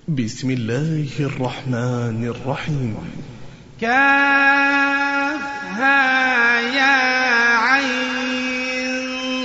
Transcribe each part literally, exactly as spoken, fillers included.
بسم الله الرحمن الرحيم. كافها يا عين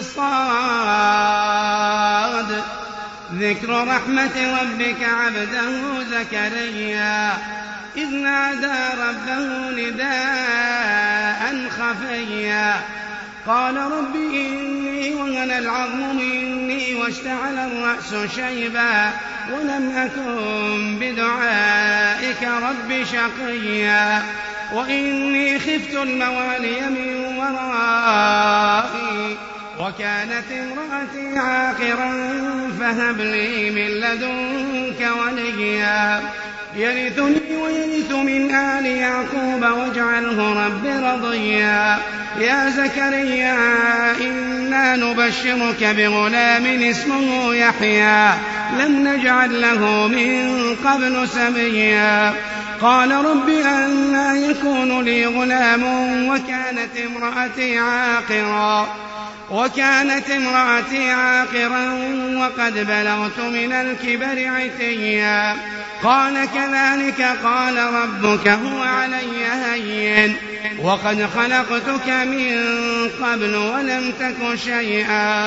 صاد ذكر رحمة ربك عبده زكريا إذ نادى ربه نداء خفيا قال رب إني وهن العظم مني واشتعل الرأس شيبا ولم أكن بدعائك رب شقيا وإني خفت الموالي من ورائي وكانت امرأتي عاقرا فهب لي من لدنك وليا يرثني ويرث من آل يعقوب واجعله رب رضيا يا زكريا إنا نبشرك بغلام اسمه يحيى لم نجعل له من قبل سميا قال رب أنى يكون لي غلام وكانت امرأتي عاقرا وكانت امرأتي عاقرا وقد بلغت من الكبر عتيا قال كذلك قال ربك هو علي هين وقد خلقتك من قبل ولم تك شيئا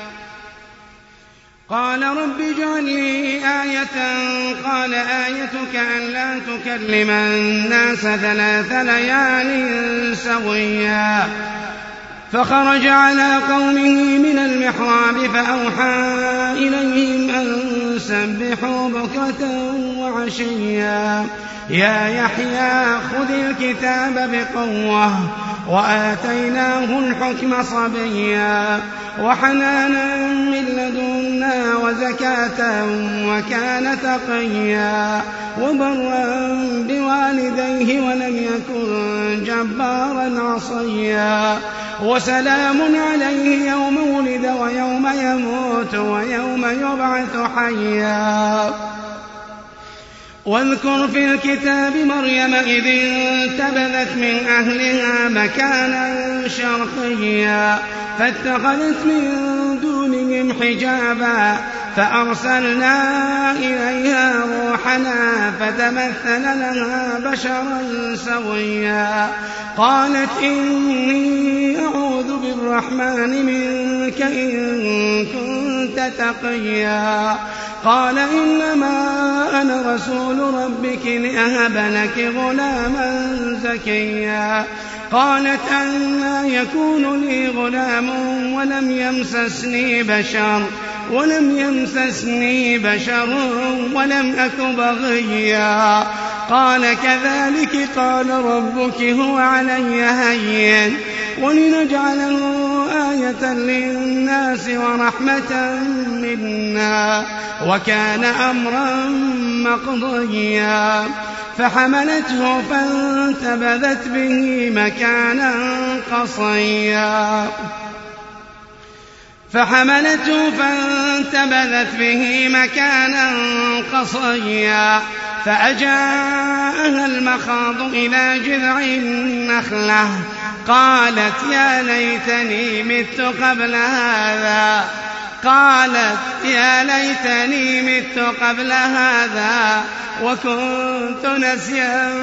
قال رب اجعل لي آية قال آيتك أن لا تكلم الناس ثلاث ليال سويا فخرج على قومه من المحراب فأوحى إليهم أن سبحوا بكرة وعشيا يا يحيى خذ الكتاب بقوة وآتيناه الحكم صبيا وحنانا من لدنا وزكاة وكان تقيا وبرا بوالديه ولم يكن جبارا عصيا وسلام عليه يوم ولد ويوم يموت ويوم يبعث حيا واذكر في الكتاب مريم إذ انتبذت من أهلها مكانا شرقيا فاتخذت من دونهم حجابا فأرسلنا إليها روحنا فتمثل لها بشرا سويا قالت إني أعوذ بالرحمن منك إن كنت تقيا قال إنما أنا رسول ربك لأهب لك غلاما زكيا قالت أنى يكون لي غلام ولم يمسسني بشر ولم يمسسني بشر ولم أك بغيا قال كذلك قال ربك هو علي هين ولنجعله آية للناس ورحمة منا وكان أمرا مقضيا فحملته فانتبذت به مكانا قصيا فحملته فانتبذت به مكانا قصيا فأجاءها المخاض إلى جذع النخلة قالت يا ليتني مت قبل هذا قالت يا ليتني مت قبل هذا وكنت نسيا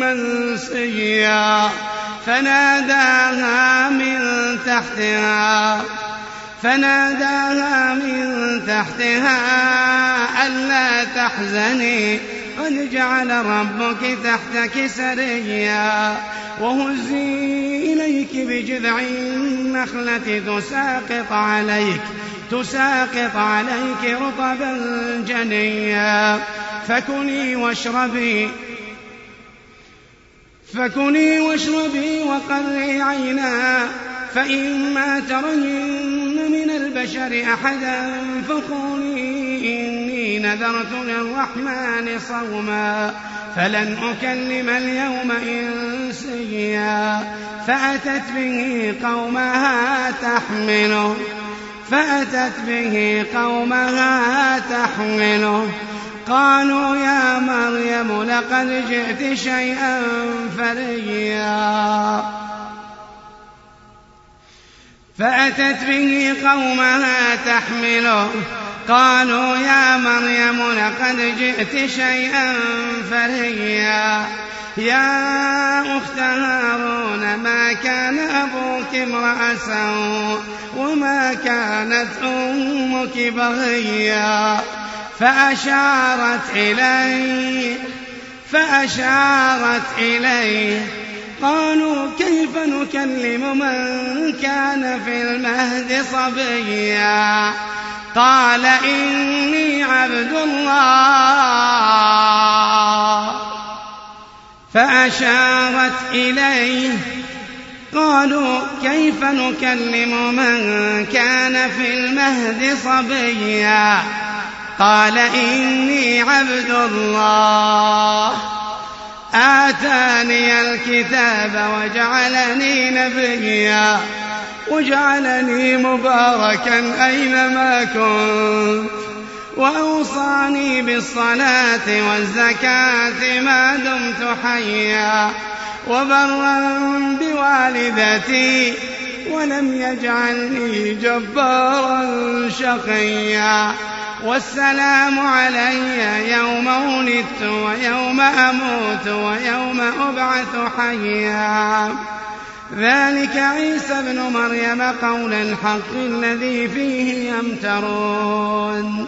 منسيا فناداها من تحتها فناداها من تحتها ألا تحزني قد جعل ربك تحتك سريا وهزي إليك بجذع النخلة تساقط عليك تساقط عليك رطبا جنيا فكلي واشربي فكلي واشربي وقري عينا فإما ترين من البشر أحدا فقولي إني نذرت للرحمن صوما فلن أكلم اليوم إنسيا فأتت به قومها تحمله فأتت به قومها تحمله قالوا يا مريم لقد جئت شيئا فريا فأتت به قومها تحمله قالوا يا مريم لقد جئت شيئا فريا يا أخت هارون ما كان أبوك امرأ سوء وما كانت أمك بغيا فأشارت إليه فأشارت إليه قالوا كيف نكلم من كان في المهد صبيا قال إني عبد الله فأشارت إليه قالوا كيف نكلم من كان في المهد صبيا قال إني عبد الله آتاني الكتاب وجعلني نبيا وجعلني مباركا أينما كنت وأوصاني بالصلاة والزكاة ما دمت حيا وبرا بوالدتي ولم يجعلني جبارا شقيا والسلام علي يوم ولدت ويوم أموت ويوم أبعث حيا ذلك عيسى ابن مريم قول الحق الذي فيه يمترون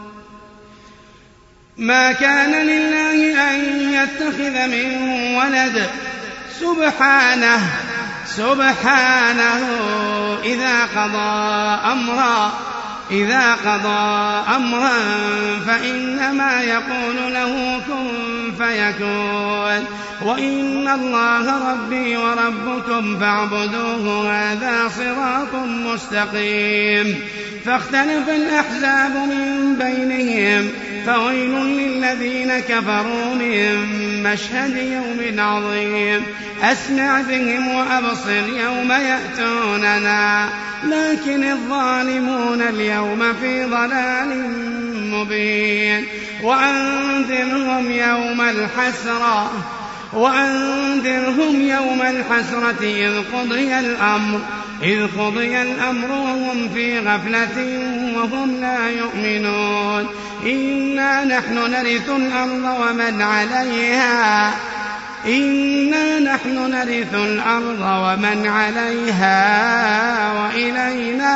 ما كان لله أن يتخذ من ولد سبحانه سبحانه إذا قضى أمرا إذا قضى أمرا فإنما يقول له كن فيكون وإن الله ربي وربكم فاعبدوه هذا صراط مستقيم فاختلف الأحزاب من بينهم فويل للذين كفروا من مشهد يوم عظيم أسمع بهم وأبصر يوم يأتوننا لكن الظالمون اليوم في ضلال مبين وأنذرهم يوم الحسرة وأنذرهم يوم الحسرة إذ قضي الأمر إذ قضي الأمر وهم في غفلة وهم لا يؤمنون إنا نحن نرث الأرض ومن عليها إنا نحن نرث الأرض ومن عليها وإلينا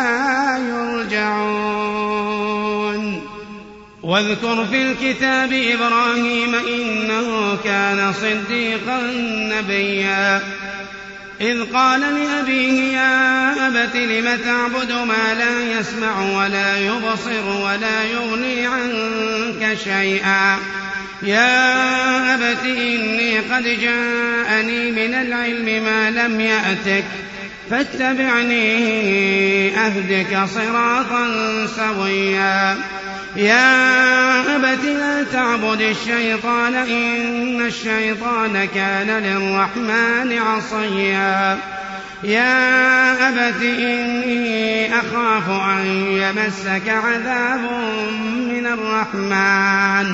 يرجعون واذكر في الكتاب إبراهيم إنه كان صديقا نبيا إذ قال لأبيه يا أبت لم تعبد ما لا يسمع ولا يبصر ولا يغني عنك شيئا يا أبت إني قد جاءني من العلم ما لم يأتك فاتبعني أهدك صراطا سويا يا أبت لا تعبد الشيطان إن الشيطان كان للرحمن عصيا يا أبت إني أخاف أن يمسك عذاب من الرحمن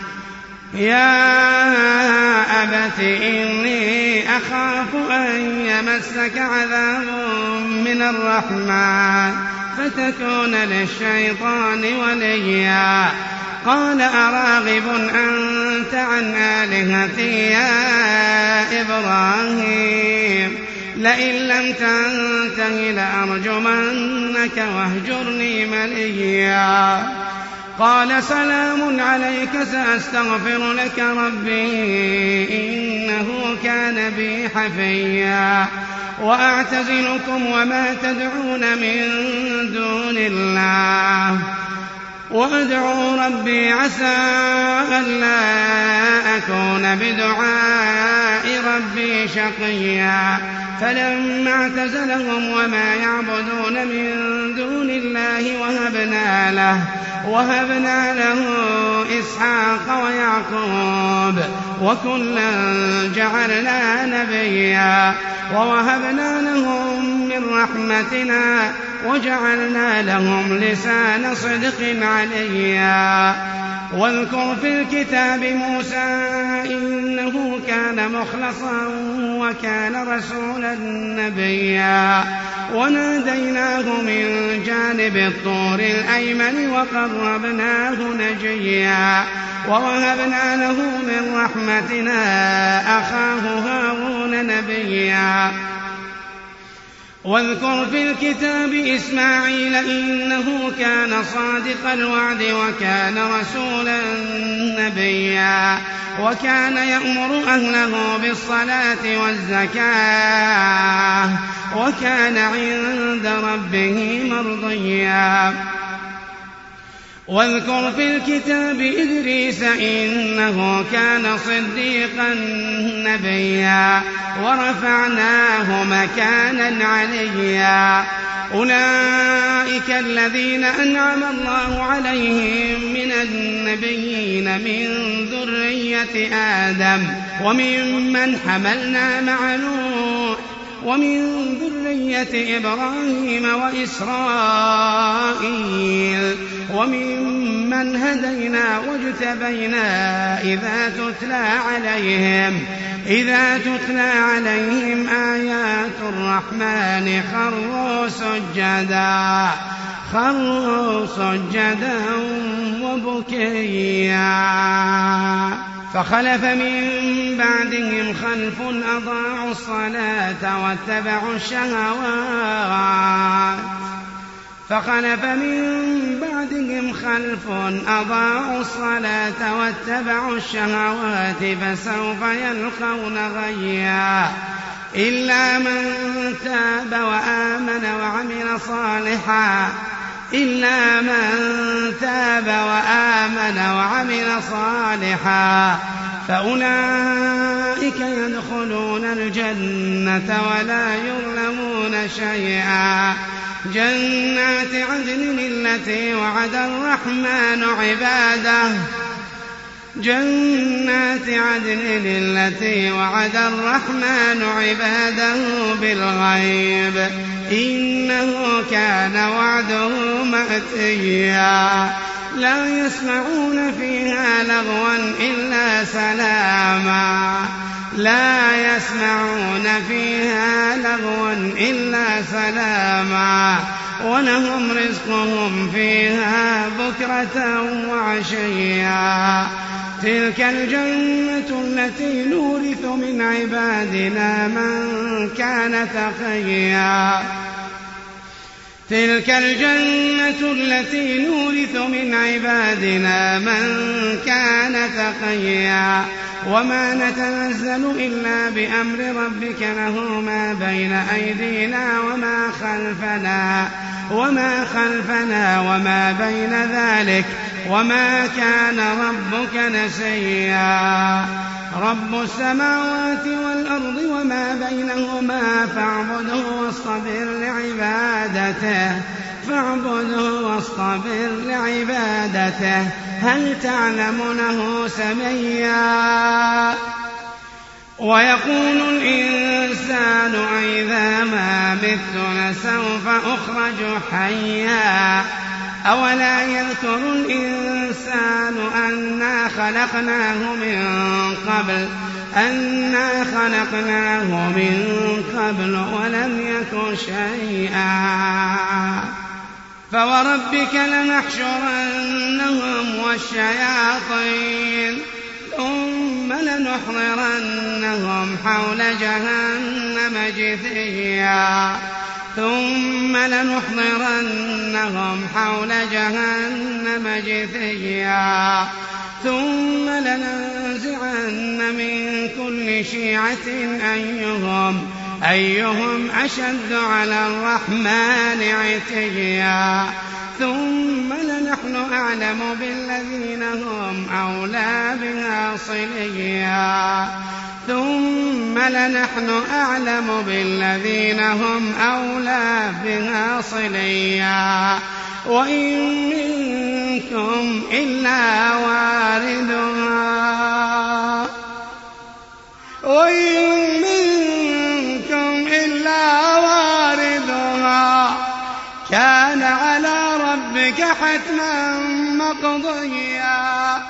يا أبت إني أخاف أن يمسك عذاب من الرحمن فتكون للشيطان وليا قال أراغب أنت عن آلهتي يا إبراهيم لئن لم تنته لأرجمنك واهجرني مليا قال سلام عليك سأستغفر لك ربي إنه كان بي حفيا وأعتزلكم وما تدعون من دون الله وأدعو ربي عسى ألا أكون بدعاء ربي شقيا فلما اعتزلهم وما يعبدون من دون الله وهبنا له وهبنا له إسحاق ويعقوب وكلا جعلنا نبيا ووهبنا لهم من رحمتنا وجعلنا لهم لسان صدق عليا واذكر في الكتاب موسى إنه كان مخلصا وكان رسولا نبيا وناديناه من جانب الطور الأيمن وقربناه نجيا ووهبنا له من رحمتنا أخاه هارون نبيا واذكر في الكتاب إسماعيل إنه كان صادق الوعد وكان رسولا نبيا وكان يأمر أهله بالصلاة والزكاة وكان عند ربه مرضيا واذكر في الكتاب إدريس إنه كان صديقا نبيا ورفعناه مكانا عليا أولئك الذين أنعم الله عليهم من النبيين من ذرية آدم وممن حملنا مع نوح ومن ذرية إبراهيم وإسرائيل وممن هدينا واجتبينا إذا تتلى عليهم إذا تتلى عليهم آيات الرحمن خروا سجدا خروا سجدا وبكيا فخلف من بعدهم خلف أضاعوا الصلاة واتبعوا الشهوات فخلف من بعدهم خلف أضاعوا الصلاة واتبعوا الشهوات فسوف يلقون غيا إلا من تاب وآمن وعمل صالحا إلا من تاب وآمن وعمل صالحا فأولئك يدخلون الجنة ولا يظلمون شيئا جنات عدن التي وعد الرحمن عباده جنات عدن التي وعد الرحمن عباده بالغيب إنه كان وعده مأتيا لا يسمعون فيها لغوا إلا سلاما لا يسمعون فيها لغوا إلا سلاما ولهم رزقهم فيها بكرة وعشيا تلك الجنة التي نورث من عبادنا من كان تقيا تلك الجنة التي نورث من عبادنا من كان تقيا وما نتنزل إلا بأمر ربك له ما بين أيدينا وما خلفنا وما خلفنا وما بين ذلك وما كان ربك نسيا رب السماوات والأرض وما بينهما فاعبده واصطبر لعبادته فاعبده واصطبر لعبادته هل تعلم له سميا ويقول الإنسان أإذا ما مت لسوف أخرج حيا أولا يذكر الإنسان أنا خلقناه من قبل أنا خلقناه من قبل ولم يك شيئا فوربك لنحشرنهم والشياطين ثم لنحضرنهم حول جهنم جثيا ثم لنحضرنهم حول جهنم جثيا ثم لننزعن من كل شيعة أيهم أيهم أشد على الرحمن عتيا ثم لنحن أعلم بالذين هم أولى بها صليا ثم لنحن أعلم بالذين هم أولى بها صليا وإن منكم إلا واردها وإن منكم إلا واردها كان على ربك حتما مقضيا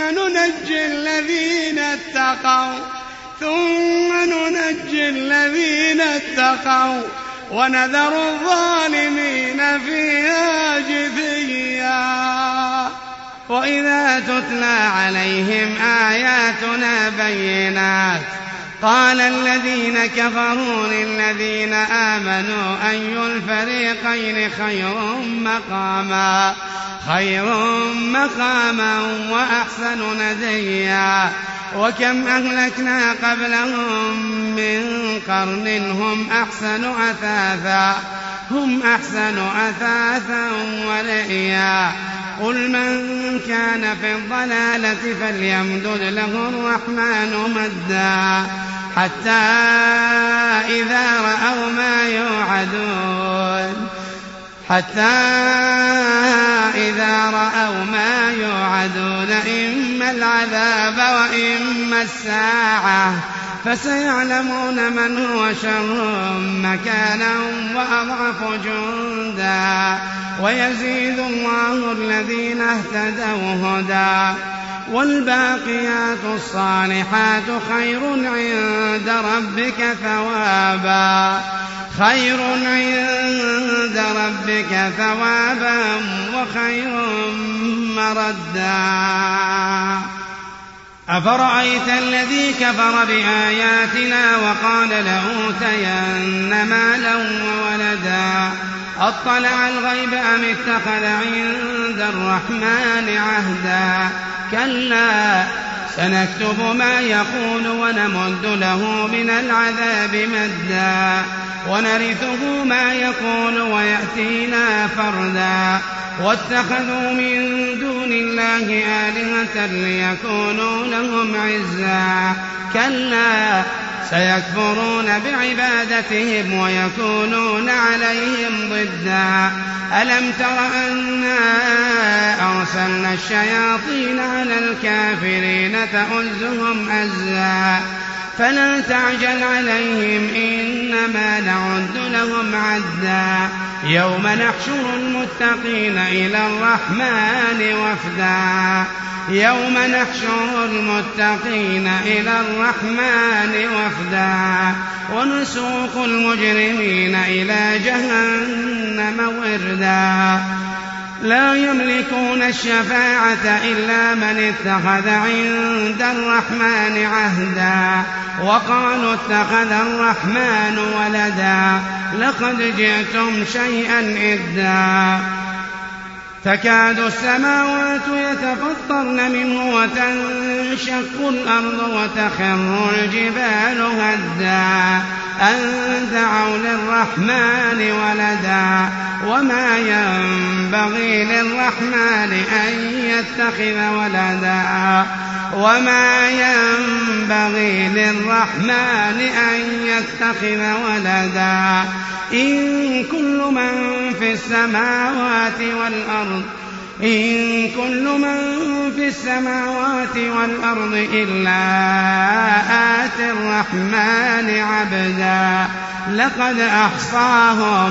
ننجي الذين اتقوا ثم ننجي الذين اتقوا ونذر الظالمين فيها جثيا. وإذا تتلى عليهم آياتنا بينات قال الذين كفروا للذين آمنوا أي الفريقين خير مقاما خير مقاما وأحسن نديا. وكم أهلكنا قبلهم من قرن هم أحسن أثاثا هم أحسن أثاثا ورئيا. قل من كان في الضلالة فليمدد له الرحمن مدا حتى إذا رأوا ما يوعدون حتى إذا رأوا ما يوعدون إما العذاب وإما الساعة فسيعلمون من هو شر مكانا وأضعف جندا ويزيد الله الذين اهتدوا هدى. والباقيات الصالحات خير عند ربك ثوابا خير عند ربك ثوابا وخير مردا. أفرأيت الذي كفر بآياتنا وقال لأوتين مالا وولدا أطلع الغيب أم اتخذ عند الرحمن عهدا كلا سنكتب ما يقول ونمد له من العذاب مدا ونرثه ما يقول ويأتينا فردا. واتخذوا من دون الله آلهة ليكونوا لهم عزا كلا سيكفرون بعبادتهم ويكونون عليهم ضدا. ألم تر أنا أرسلنا الشياطين على الكافرين تؤزهم أزا فلا تعجل عليهم إنما نعد لهم عدا. يوم نحشر المتقين إلى الرحمن وفدا يوم نحشر المتقين إلى الرحمن وفدا ونسوق المجرمين إلى جهنم وردا. لا يملكون الشفاعة إلا من اتخذ عند الرحمن عهدا وقالوا اتخذ الرحمن ولدا لقد جئتم شيئا إدا. تكاد السماوات يتفطرن منه وتنشق الأرض وتخر الجبال هدا أن دعوا للرحمن ولدا وما ينبغي للرحمن أن يتخذ ولدا وما ينبغي للرحمن أن يتخذ ولدا. إن كل من في السماوات والأرض إن كل من في السماوات والأرض إلا آتي الرحمن عبدا لقد أحصاهم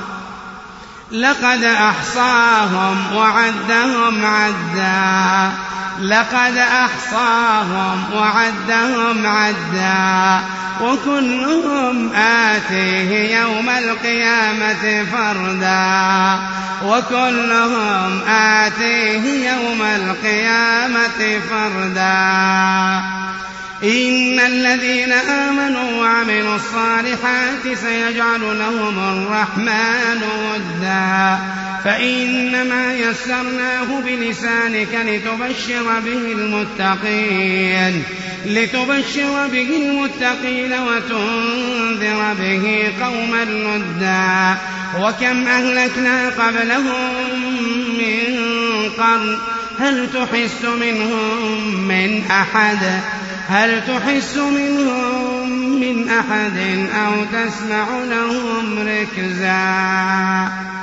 لقد أحصاهم وعدهم عدا لقد أحصاهم وعدهم عدا وكلهم آتيه يوم القيامة فردا وكلهم آتيه يوم القيامة فردا. إن الذين آمنوا وعملوا الصالحات سيجعل لهم الرحمن ودا فإنما يسرناه بلسانك لتبشر به المتقين لتبشر به المتقين وتنذر به قوما لدا. وكم أهلكنا قبلهم من قرن هل تحس منهم من أحد هل تحس منهم من أحد أو تسمع لهم ركزا.